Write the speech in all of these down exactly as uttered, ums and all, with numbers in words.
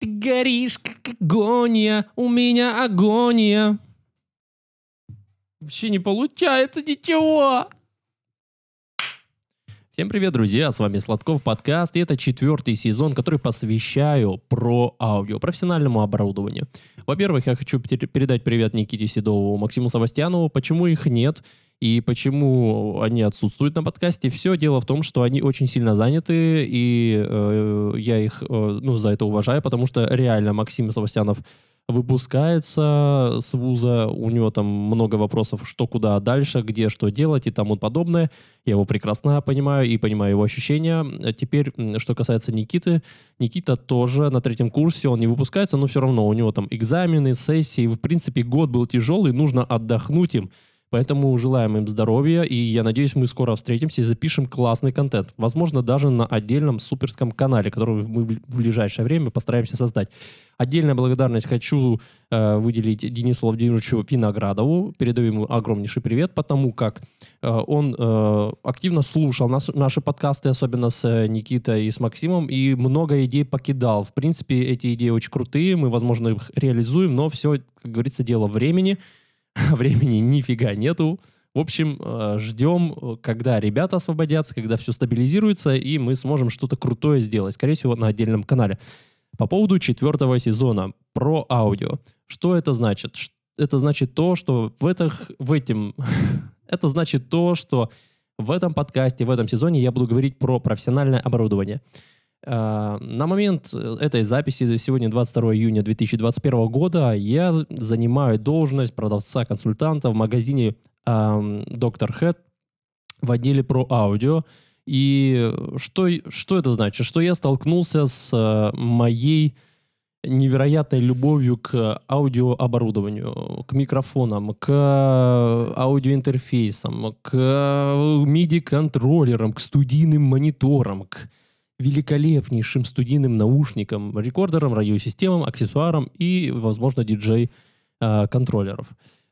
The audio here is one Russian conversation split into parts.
Ты горишь, как агония, у меня агония. Вообще не получается ничего. Всем привет, друзья, с вами Сладков подкаст, и это четвертый сезон, который посвящаю про аудио, профессиональному оборудованию. Во-первых, я хочу передать привет Никите Седову, Максиму Савастьянову. Почему их нет и почему они отсутствуют на подкасте? Все дело в том, что они очень сильно заняты, и э, я их э, ну, за это уважаю, потому что реально Максим Савастьянов выпускается с вуза, у него там много вопросов, что куда дальше, где что делать и тому подобное. Я его прекрасно понимаю и понимаю его ощущения. Теперь, что касается Никиты. Никита тоже на третьем курсе, он не выпускается, но все равно у него там экзамены, сессии. В принципе, год был тяжелый, нужно отдохнуть им. Поэтому желаем им здоровья, и я надеюсь, мы скоро встретимся и запишем классный контент. Возможно, даже на отдельном суперском канале, который мы в ближайшее время постараемся создать. Отдельная благодарность хочу э, выделить Денису Владимировичу Виноградову. Передаю ему огромнейший привет, потому как э, он э, активно слушал нас, наши подкасты, особенно с Никитой и с Максимом, и много идей покидал. В принципе, эти идеи очень крутые, мы, возможно, их реализуем, но все, как говорится, дело времени. Времени нифига нету. В общем, ждем, когда ребята освободятся, когда все стабилизируется, и мы сможем что-то крутое сделать. Скорее всего, на отдельном канале. По поводу четвертого сезона про аудио. Что это значит? Это значит то, что в, этих, в этим... это значит то, что в этом подкасте, в этом сезоне я буду говорить про профессиональное оборудование. На момент этой записи, сегодня двадцать второго июня две тысячи двадцать первого года, я занимаю должность продавца-консультанта в магазине э, доктор Head в отделе про аудио. И что, что это значит? Что я столкнулся с моей невероятной любовью к аудиооборудованию, к микрофонам, к аудиоинтерфейсам, к миди-контроллерам, к студийным мониторам, к великолепнейшим студийным наушникам, рекордерам, радиосистемам, аксессуарам и, возможно, диджей-контроллеров.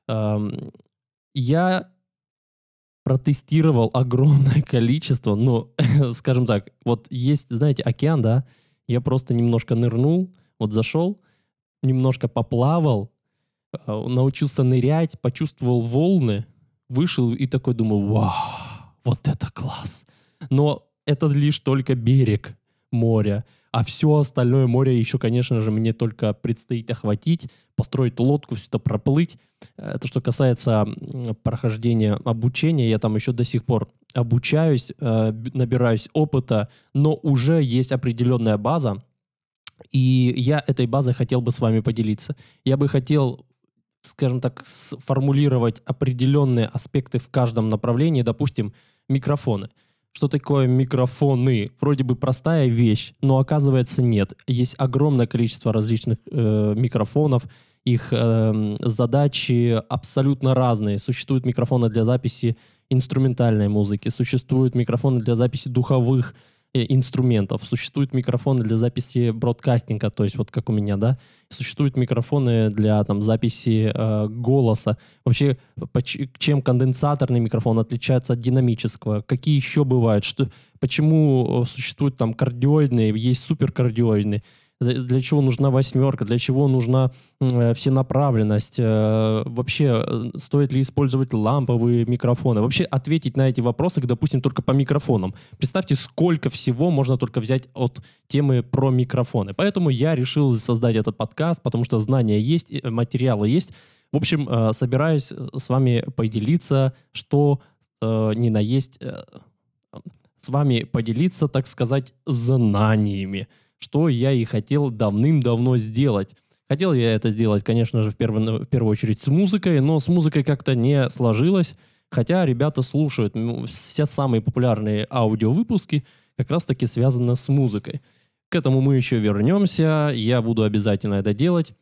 Я протестировал огромное количество, ну, скажем так, вот есть, знаете, океан, да, я просто немножко нырнул, вот зашел, немножко поплавал, научился нырять, почувствовал волны, вышел и такой думаю, вау, вот это класс. Но это лишь только берег моря, а все остальное море еще, конечно же, мне только предстоит охватить, построить лодку, все это проплыть. Это что касается прохождения обучения, я там еще до сих пор обучаюсь, набираюсь опыта, но уже есть определенная база, и я этой базой хотел бы с вами поделиться. Я бы хотел, скажем так, сформулировать определенные аспекты в каждом направлении, допустим, микрофоны. Что такое микрофоны? Вроде бы простая вещь, но оказывается нет. Есть огромное количество различных э, микрофонов, их э, задачи абсолютно разные. Существуют микрофоны для записи инструментальной музыки, существуют микрофоны для записи духовых э, инструментов, существуют микрофоны для записи бродкастинга, то есть вот как у меня, да, существуют микрофоны для там записи э, голоса. Вообще, поч- чем конденсаторный микрофон отличается от динамического? Какие еще бывают? Что, почему существуют там кардиоидные, есть суперкардиоидные? Для чего нужна восьмерка? Для чего нужна э, всенаправленность? Э, вообще, э, стоит ли использовать ламповые микрофоны? Вообще, ответить на эти вопросы, допустим, только по микрофонам. Представьте, сколько всего можно только взять от темы про микрофоны. Поэтому я решил создать этот подкаст, потому что знания есть, материалы есть. В общем, э, собираюсь с вами поделиться, что э, ни на есть, э, с вами поделиться, так сказать, знаниями, что я и хотел давным-давно сделать. Хотел я это сделать, конечно же, в первую, в первую очередь с музыкой, но с музыкой как-то не сложилось, хотя ребята слушают. Все самые популярные аудиовыпуски как раз-таки связаны с музыкой. К этому мы еще вернемся, я буду обязательно это делать.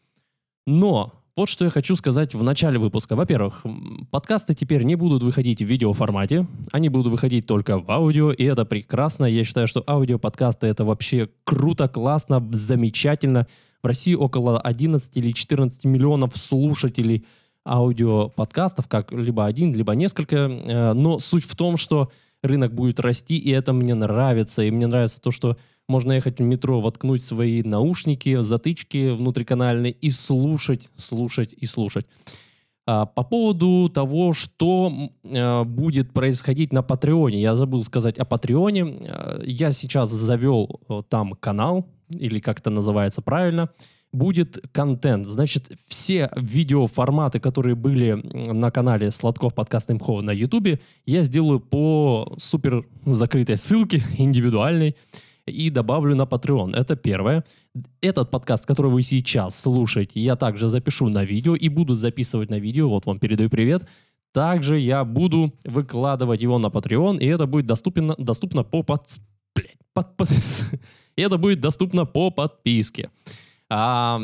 Но вот что я хочу сказать в начале выпуска. Во-первых, подкасты теперь не будут выходить в видеоформате, они будут выходить только в аудио, и это прекрасно. Я считаю, что аудиоподкасты — это вообще круто, классно, замечательно. В России около одиннадцать или четырнадцать миллионов слушателей аудиоподкастов, как либо один, либо несколько. Но суть в том, что рынок будет расти, и это мне нравится. И мне нравится то, что Можно ехать в метро, воткнуть свои наушники, затычки внутриканальные и слушать, слушать и слушать. А, по поводу того, что а, будет происходить на Патреоне. Я забыл сказать о Патреоне. А, я сейчас завел а, там канал, или как это называется правильно. Будет контент. Значит, все видеоформаты, которые были на канале Сладков подкаст Имхо на Ютубе, я сделаю по супер закрытой ссылке, индивидуальной, и добавлю на Patreon. Это первое. Этот подкаст, который вы сейчас слушаете, я также запишу на видео и буду записывать на видео. Вот вам передаю привет. Также я буду выкладывать его на Patreon, и это будет доступно, доступно по под... Блядь, под, под... И это будет доступно по подписке. А,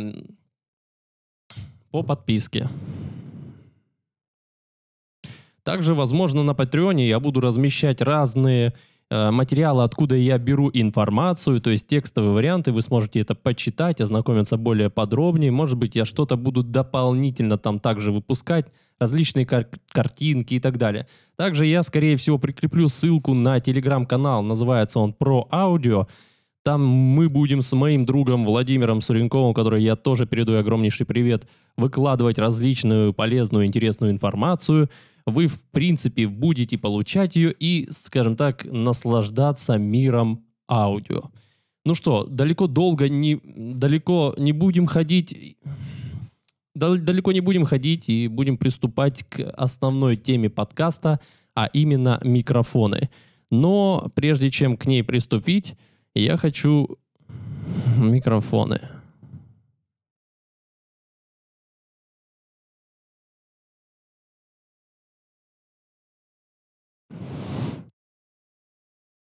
по подписке. Также, возможно, на Патреоне я буду размещать разные э, материалы, откуда я беру информацию, то есть текстовые варианты. Вы сможете это почитать, ознакомиться более подробнее. Может быть, я что-то буду дополнительно там также выпускать, различные кар- картинки и так далее. Также я, скорее всего, прикреплю ссылку на телеграм-канал. Называется он «Про аудио». Там мы будем с моим другом Владимиром Суренковым, который я тоже передаю огромнейший привет, выкладывать различную полезную, интересную информацию. Вы, в принципе, будете получать ее и, скажем так, наслаждаться миром аудио. Ну что, далеко долго не, далеко не будем ходить, далеко не будем ходить и будем приступать к основной теме подкаста, а именно микрофоны. Но прежде чем к ней приступить, я хочу микрофоны.